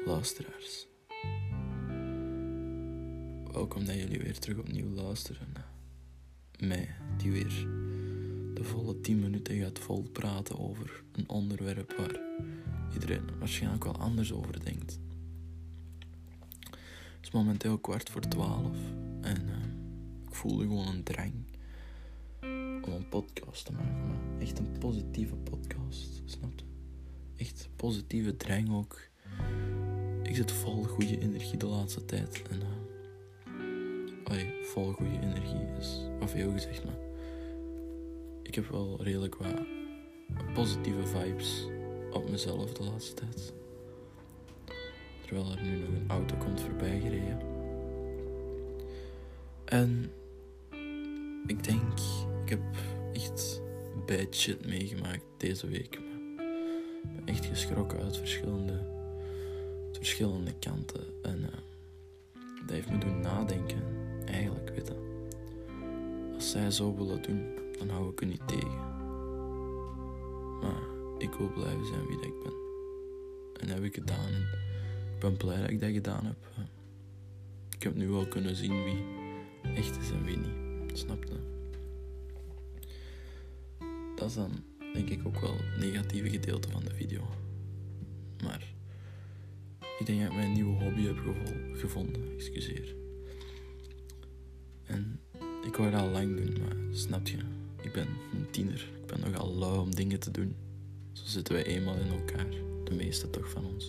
luisteraars. Welkom dat jullie weer terug opnieuw luisteren naar mij, die weer de volle 10 minuten gaat volpraten over een onderwerp waar iedereen waarschijnlijk wel anders over denkt. Het is momenteel 11:15 en ik voelde gewoon een drang om een podcast te maken, maar echt een positieve podcast, snap je? Echt positieve drang ook. Ik zit vol goede energie de laatste tijd en vol goede energie is wat veel gezegd, maar ik heb wel redelijk wat positieve vibes op mezelf de laatste tijd. Terwijl er nu nog een auto komt voorbij gereden. En ik denk, ik heb echt bad shit meegemaakt deze week. Ik ben echt geschrokken uit verschillende kanten. En dat heeft me doen nadenken. Eigenlijk, weet je. Als zij zo willen doen, dan hou ik er niet tegen. Maar ik wil blijven zijn wie dat ik ben. En dat heb ik gedaan. En ik ben blij dat ik dat gedaan heb. Ik heb nu wel kunnen zien wie echt is en wie niet. Snap je? Dat is dan, denk ik, ook wel het negatieve gedeelte van de video. Maar ik denk dat ik mijn nieuwe hobby heb gevonden. Excuseer. En ik wou dat al lang doen, maar snap je? Ik ben een tiener. Ik ben nogal lui om dingen te doen. Zo zitten wij eenmaal in elkaar. De meeste toch van ons.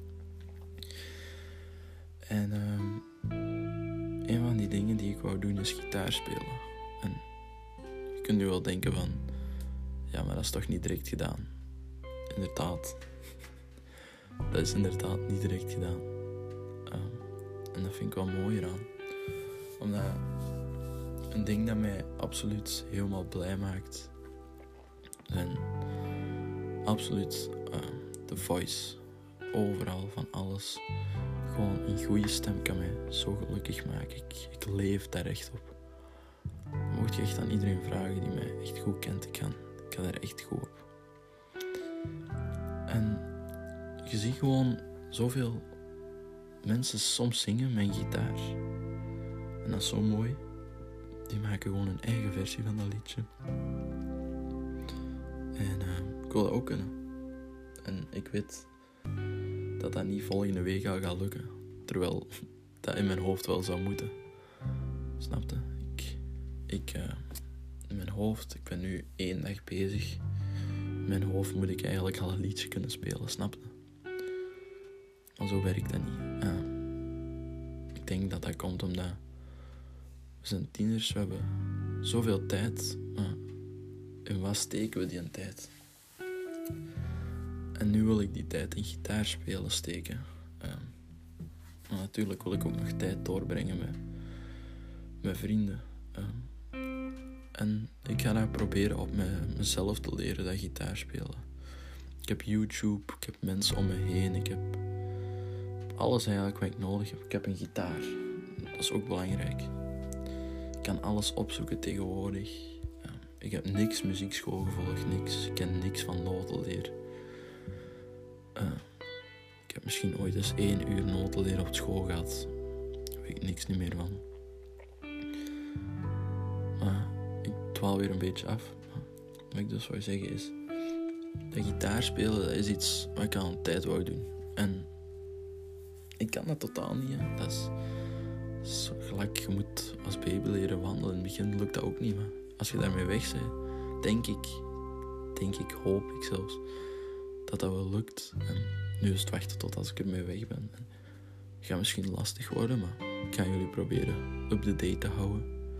En een van die dingen die ik wou doen is gitaar spelen. En je kunt nu wel denken van, ja, maar dat is toch niet direct gedaan. Inderdaad. Dat is inderdaad niet direct gedaan. En dat vind ik wel mooi eraan. Omdat een ding dat mij absoluut helemaal blij maakt. En absoluut de voice. Overal, van alles. Gewoon een goede stem kan mij zo gelukkig maken. Ik leef daar echt op. Mocht je echt aan iedereen vragen die mij echt goed kent, ik kan daar echt goed op. En je ziet gewoon zoveel mensen soms zingen met een gitaar. En dat is zo mooi. Die maken gewoon een eigen versie van dat liedje. En ik wil dat ook kunnen. En ik weet dat dat niet volgende week al gaat lukken. Terwijl dat in mijn hoofd wel zou moeten. Snap je? In mijn hoofd, ik ben nu 1 dag bezig. In mijn hoofd moet ik eigenlijk al een liedje kunnen spelen, snap je? Maar zo werkt dat niet. Ik denk dat dat komt omdat we zijn tieners, we hebben zoveel tijd. In wat steken we die tijd? En nu wil ik die tijd in gitaarspelen steken. Maar natuurlijk wil ik ook nog tijd doorbrengen met mijn vrienden. En ik ga dat proberen op mezelf te leren, dat gitaarspelen. Ik heb YouTube, ik heb mensen om me heen, ik heb alles eigenlijk wat ik nodig heb. Ik heb een gitaar, dat is ook belangrijk. Ik kan alles opzoeken tegenwoordig. Ik heb niks muziekschool gevolgd, niks. Ik ken niks van notenleer. Ik heb misschien ooit eens 1 uur notenleer op school gehad. Daar weet ik niks niet meer van. Maar ik dwaal weer een beetje af. Wat ik dus wou zeggen is, dat gitaar spelen, dat is iets wat ik al een tijd wou doen. En ik kan dat totaal niet. Hè. Dat is gelijk, je moet als baby leren wandelen. In het begin lukt dat ook niet, maar als je daarmee weg bent, denk ik, hoop ik zelfs, dat wel lukt. En nu is het wachten tot als ik ermee weg ben. En het gaat misschien lastig worden, maar ik ga jullie proberen up-to-date te houden.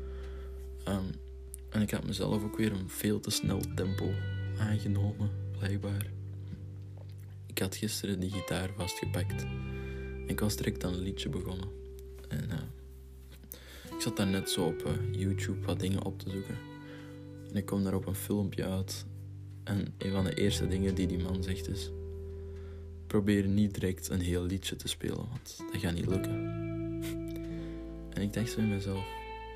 En ik had mezelf ook weer een veel te snel tempo aangenomen, blijkbaar. Ik had gisteren die gitaar vastgepakt. En ik was direct aan een liedje begonnen. En ik zat daar net zo op YouTube wat dingen op te zoeken. En ik kom daar op een filmpje uit. En een van de eerste dingen die man zegt is: probeer niet direct een heel liedje te spelen, want dat gaat niet lukken. En ik dacht zo in mezelf: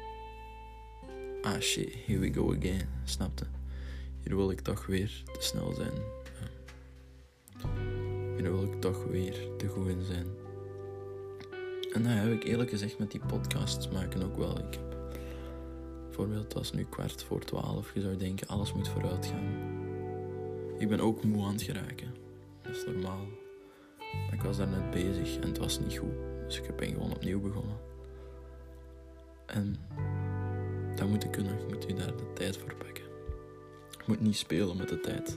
ah shit, here we go again, snapte? Hier wil ik toch weer te snel zijn. hier wil ik toch weer te goed in zijn. En dat heb ik eerlijk gezegd met die podcasts maken ook wel. Ik heb bijvoorbeeld, het was nu 11:15. Je zou denken, alles moet vooruit gaan. Ik ben ook moe aan het geraken. Dat is normaal. Maar ik was daar net bezig en het was niet goed. Dus ik ben gewoon opnieuw begonnen. En dat moet je kunnen. Je moet je daar de tijd voor pakken. Je moet niet spelen met de tijd.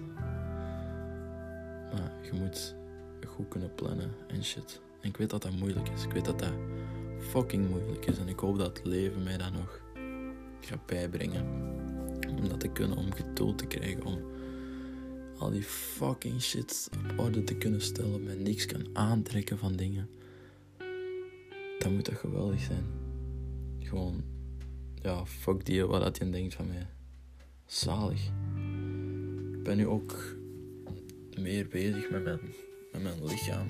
Maar je moet goed kunnen plannen en shit. En ik weet dat dat moeilijk is. Ik weet dat dat fucking moeilijk is. En ik hoop dat het leven mij dat nog gaat bijbrengen. Om dat te kunnen, om geduld te krijgen. Om al die fucking shit op orde te kunnen stellen. Mij niks kan aantrekken van dingen. Dan moet dat geweldig zijn. Gewoon, ja, fuck die, wat dat je denkt van mij. Zalig. Ik ben nu ook meer bezig met mijn lichaam.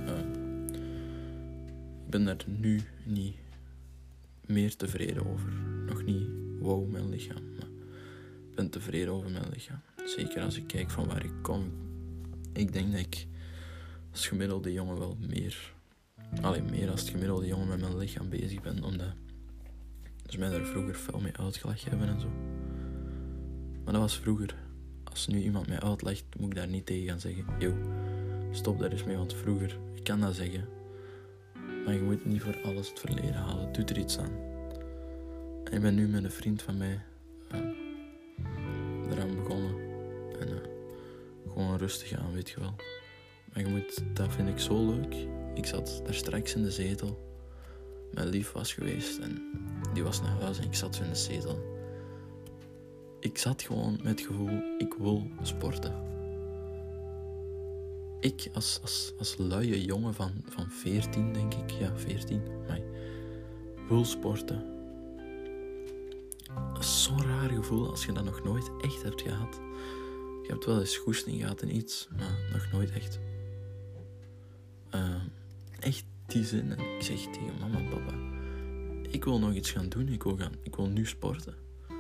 Ik ben daar nu niet meer tevreden over. Nog niet wow, mijn lichaam. Maar ik ben tevreden over mijn lichaam. Zeker als ik kijk van waar ik kom. Ik denk dat ik als gemiddelde jongen wel meer als het gemiddelde jongen met mijn lichaam bezig ben. Omdat ze mij daar vroeger veel mee uitgelachen hebben en zo. Maar dat was vroeger. Als nu iemand mij uitlegt, moet ik daar niet tegen gaan zeggen. Yo, stop daar eens mee, want vroeger, ik kan dat zeggen. Maar je moet niet voor alles het verleden halen. Doe er iets aan. En ik ben nu met een vriend van mij eraan begonnen. En gewoon rustig aan, weet je wel. Maar dat vind ik zo leuk. Ik zat daar straks in de zetel. Mijn lief was geweest en die was naar huis en ik zat zo in de zetel. Ik zat gewoon met het gevoel, ik wil sporten. Ik als luie jongen van 14, denk ik. Ja, 14. Maar wil sporten. Dat is zo'n raar gevoel als je dat nog nooit echt hebt gehad. Je hebt wel eens goesting gehad in iets, maar nog nooit echt. Echt die zin. En ik zeg tegen mama en papa, ik wil nog iets gaan doen. Ik wil nu sporten.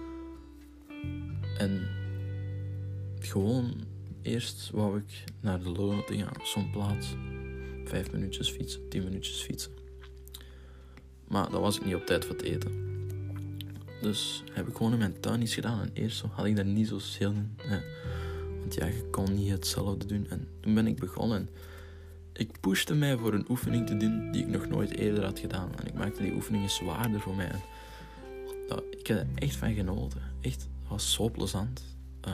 En gewoon, eerst wou ik naar de Lonen te gaan, zo'n plaats. 5 minuutjes fietsen, 10 minuutjes fietsen. Maar dat was ik niet op tijd voor het eten. Dus heb ik gewoon in mijn tuin iets gedaan. En eerst had ik daar niet zo zin in. Hè. Want ja, je kon niet hetzelfde doen. En toen ben ik begonnen. En ik pushte mij voor een oefening te doen die ik nog nooit eerder had gedaan. En ik maakte die oefeningen zwaarder voor mij. En ik heb er echt van genoten. Echt, het was zo plezant.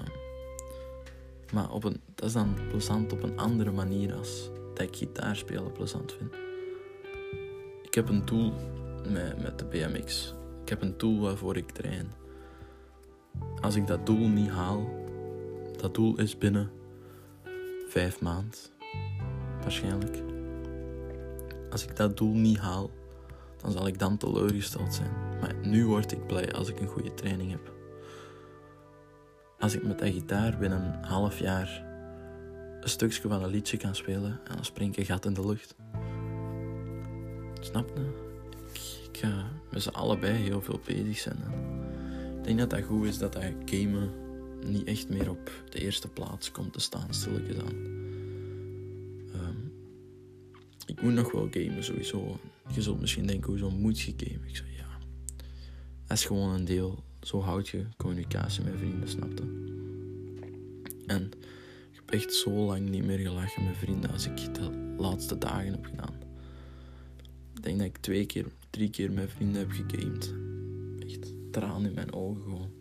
Maar dat is dan plezant op een andere manier als dat ik gitaarspelen plezant vind. Ik heb een doel met de BMX. Ik heb een doel waarvoor ik train. Als ik dat doel niet haal, dat doel is binnen 5 maanden. Waarschijnlijk. Als ik dat doel niet haal, dan zal ik dan teleurgesteld zijn. Maar nu word ik blij als ik een goede training heb. Als ik met dat gitaar binnen een half jaar een stukje van een liedje kan spelen en dan spring ik een gat in de lucht. Snap je? Ik ga met z'n allebei heel veel bezig zijn. Ik denk dat dat goed is dat gamen niet echt meer op de eerste plaats komt te staan, stilletjes aan. Ik moet nog wel gamen, sowieso. Je zult misschien denken, hoezo moet je gamen? Ik zeg, ja, dat is gewoon een deel. Zo houd je communicatie met vrienden, snap je? En ik heb echt zo lang niet meer gelachen met vrienden als ik de laatste dagen heb gedaan. Ik denk dat ik 3 keer met vrienden heb gegamed. Echt tranen in mijn ogen gewoon.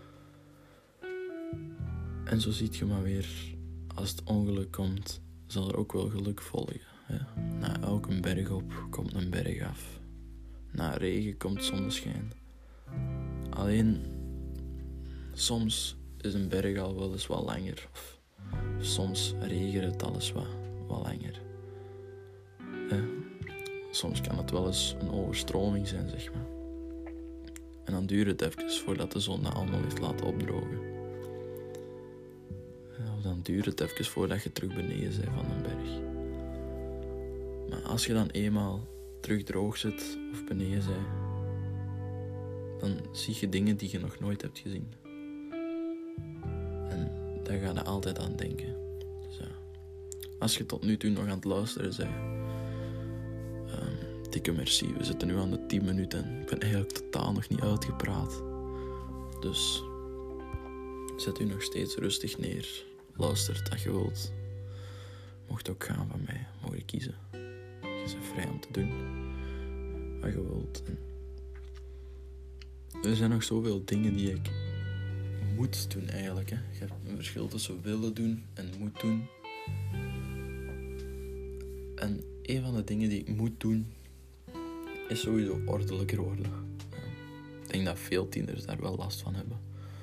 En zo ziet je maar weer, als het ongeluk komt, zal er ook wel geluk volgen. Ja. Na elke berg op komt een berg af. Na regen komt zonneschijn. Alleen, soms is een berg al wel eens wat langer. Of soms regent het alles wat langer. Ja. Soms kan het wel eens een overstroming zijn, zeg maar. En dan duurt het even voordat de zon dat allemaal heeft laten opdrogen. Of dan duurt het even voordat je terug beneden bent van een berg. Maar als je dan eenmaal terug droog zit of beneden bent, dan zie je dingen die je nog nooit hebt gezien. En daar ga je altijd aan denken. Dus ja, als je tot nu toe nog aan het luisteren bent, dikke merci. We zitten nu aan de 10 minuten. Ik ben eigenlijk totaal nog niet uitgepraat. Dus zet u nog steeds rustig neer. Luistert dat je wilt. Mocht ook gaan van mij. Mogen kiezen. Je bent vrij om te doen wat je wilt. En er zijn nog zoveel dingen die ik moet doen eigenlijk. Hè. Je hebt een verschil tussen willen doen en moet doen. En een van de dingen die ik moet doen is sowieso ordelijker worden. Ik denk dat veel tieners daar wel last van hebben.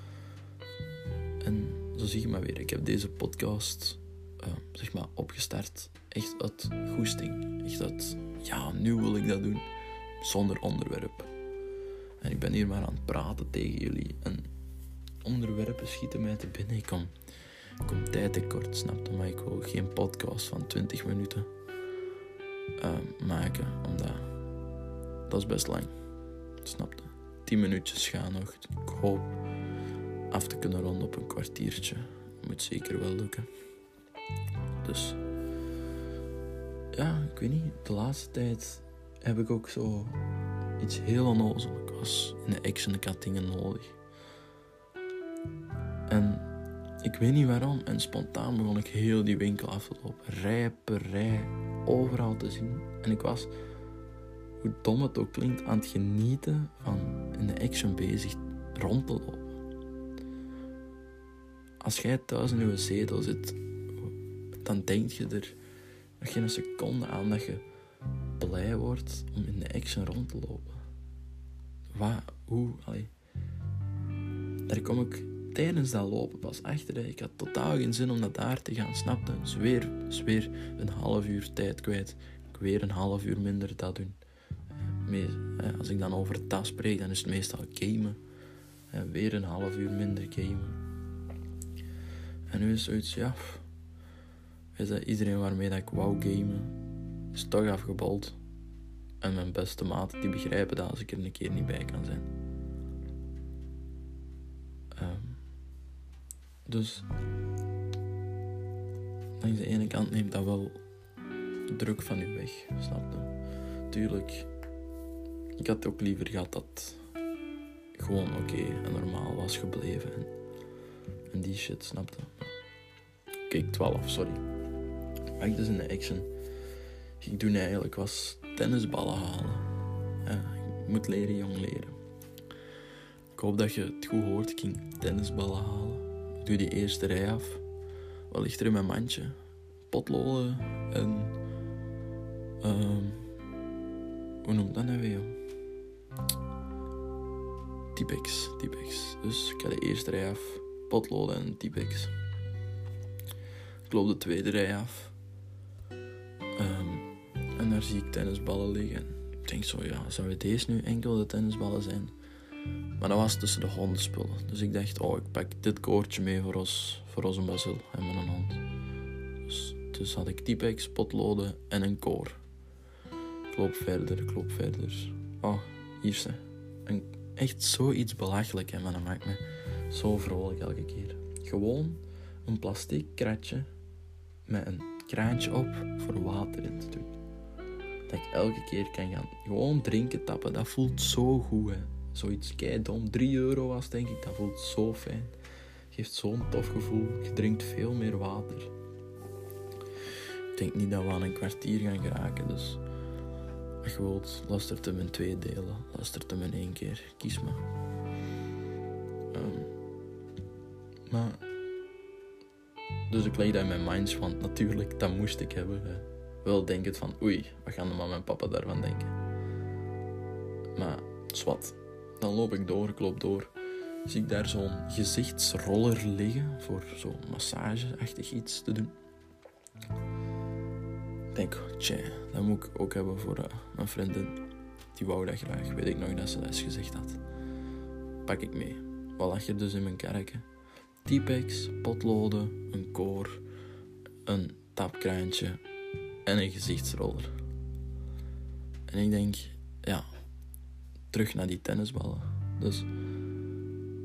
En zo zie je maar weer, ik heb deze podcast opgestart echt uit goesting. Echt uit, nu wil ik dat doen. Zonder onderwerp. En ik ben hier maar aan het praten tegen jullie. En onderwerpen schieten mij te binnen. Ik kom tijd tekort, snap je? Maar ik wil geen podcast van 20 minuten maken. Omdat dat is best lang. Snap je? 10 minuutjes gaan nog. Ik hoop af te kunnen ronden op een kwartiertje. Moet zeker wel lukken. Dus ik weet niet. De laatste tijd heb ik ook zo iets heel onnozel. Ik was in de action, ik had dingen nodig. En ik weet niet waarom. En spontaan begon ik heel die winkel af te lopen. Rij per rij. Overal te zien. En ik was, hoe dom het ook klinkt, aan het genieten van in de action bezig rond te lopen. Als jij thuis in je zetel zit, dan denk je er nog geen seconde aan dat je blij wordt om in de action rond te lopen. Daar kom ik tijdens dat lopen pas achter. Ik had totaal geen zin om naar daar te gaan, snapte? Dus weer een half uur tijd kwijt. Ik weer een half uur minder dat doen. Als ik dan over dat spreek, dan is het meestal gamen. Weer een half uur minder gamen. En nu is zoiets, weet je, iedereen waarmee dat ik wou gamen, is toch afgebold. En mijn beste maten, die begrijpen dat als ik er een keer niet bij kan zijn. Dus langs de ene kant neemt dat wel druk van u weg, snap je? Tuurlijk, ik had ook liever gehad dat gewoon oké en normaal was gebleven. En die shit, snap je? Oké, 12, sorry. Wat ik dus in de action ging doen eigenlijk was tennisballen halen. Ik moet leren, jong leren. Ik hoop dat je het goed hoort. Ik ging tennisballen halen. Ik doe die eerste rij af. Wat ligt er in mijn mandje? Potloden en... hoe noemt dat nou weer? Tipex. Dus ik ga de eerste rij af. Potloden en Tipex. Ik loop de tweede rij af. En daar zie ik tennisballen liggen. Ik denk zo, zouden deze nu enkel de tennisballen zijn? Maar dat was tussen de hondenspullen. Dus ik dacht, ik pak dit koordje mee voor onze Basil en mijn hond. Dus had ik Tipex, potloden en een koor. Ik loop verder. Hier ze. Echt zoiets belachelijk, maar dat maakt me zo vrolijk elke keer. Gewoon een plastic kratje met een kraantje op voor water in te doen. Dat ik elke keer kan gaan gewoon drinken, tappen. Dat voelt zo goed, hè. Zoiets keidom. 3 euro was, denk ik. Dat voelt zo fijn. Geeft zo'n tof gevoel. Je drinkt veel meer water. Ik denk niet dat we aan een kwartier gaan geraken, dus... Als je wilt, luistert hem in 2 delen. Luistert hem in 1 keer. Kies maar. Dus ik leg dat in mijn minds, want natuurlijk, dat moest ik hebben. Wel denk het van, wat gaan de mama en papa daarvan denken? Maar, zwart. Dan loop ik door. Zie ik daar zo'n gezichtsroller liggen voor zo'n massageachtig iets te doen. Ik denk, dat moet ik ook hebben voor mijn vriendin. Die wou dat graag. Weet ik nog dat ze dat eens gezegd had. Pak ik mee. Wat lag er dus in mijn karretje? Tipex, potloden, een koor, een tapkraantje en een gezichtsroller. En ik denk, terug naar die tennisballen. Dus,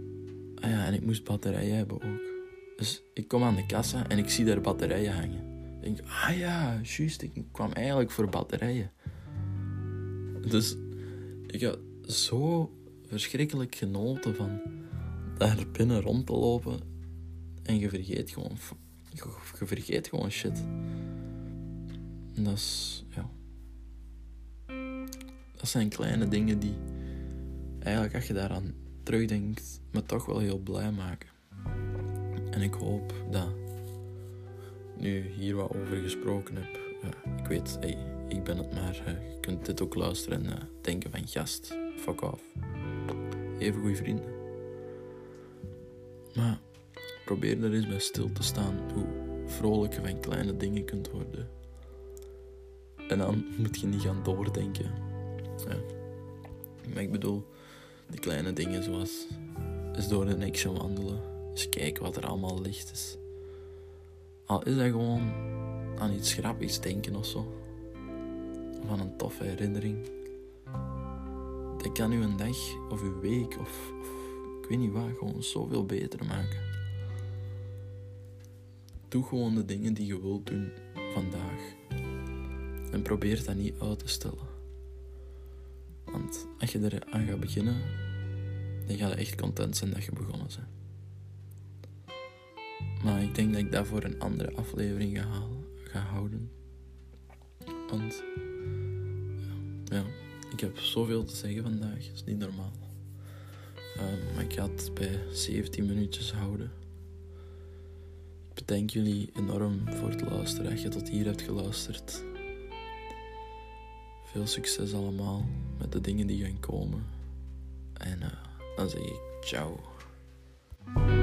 en ik moest batterijen hebben ook. Dus ik kom aan de kassa en ik zie daar batterijen hangen. denk ik, ah ja, juist, ik kwam eigenlijk voor batterijen. Dus ik had zo verschrikkelijk genoten van daar binnen rond te lopen en je vergeet gewoon shit. En dat is, ja... Dat zijn kleine dingen die eigenlijk, als je daaraan terugdenkt, me toch wel heel blij maken. En ik hoop dat nu hier wat over gesproken heb. Ik weet, ik ben het maar. Je kunt dit ook luisteren en denken van gast, fuck off. Even goede vrienden. Maar probeer er eens bij stil te staan hoe vrolijk je van kleine dingen kunt worden. En dan moet je niet gaan doordenken. Ja. Maar ik bedoel, die kleine dingen zoals eens door de Nexo wandelen, eens kijken wat er allemaal ligt is. Al is dat gewoon aan iets grappigs denken of zo. Of aan een toffe herinnering. Dat kan u een dag of uw week of ik weet niet wat, gewoon zoveel beter maken. Doe gewoon de dingen die je wilt doen vandaag. En probeer dat niet uit te stellen. Want als je eraan gaat beginnen, dan ga je echt content zijn dat je begonnen bent. Maar ik denk dat ik dat voor een andere aflevering ga houden. Want ja, ik heb zoveel te zeggen vandaag, dat is niet normaal. Maar ik ga het bij 17 minuutjes houden. Ik bedank jullie enorm voor het luisteren, als je tot hier hebt geluisterd. Veel succes allemaal met de dingen die gaan komen. En dan zeg ik ciao.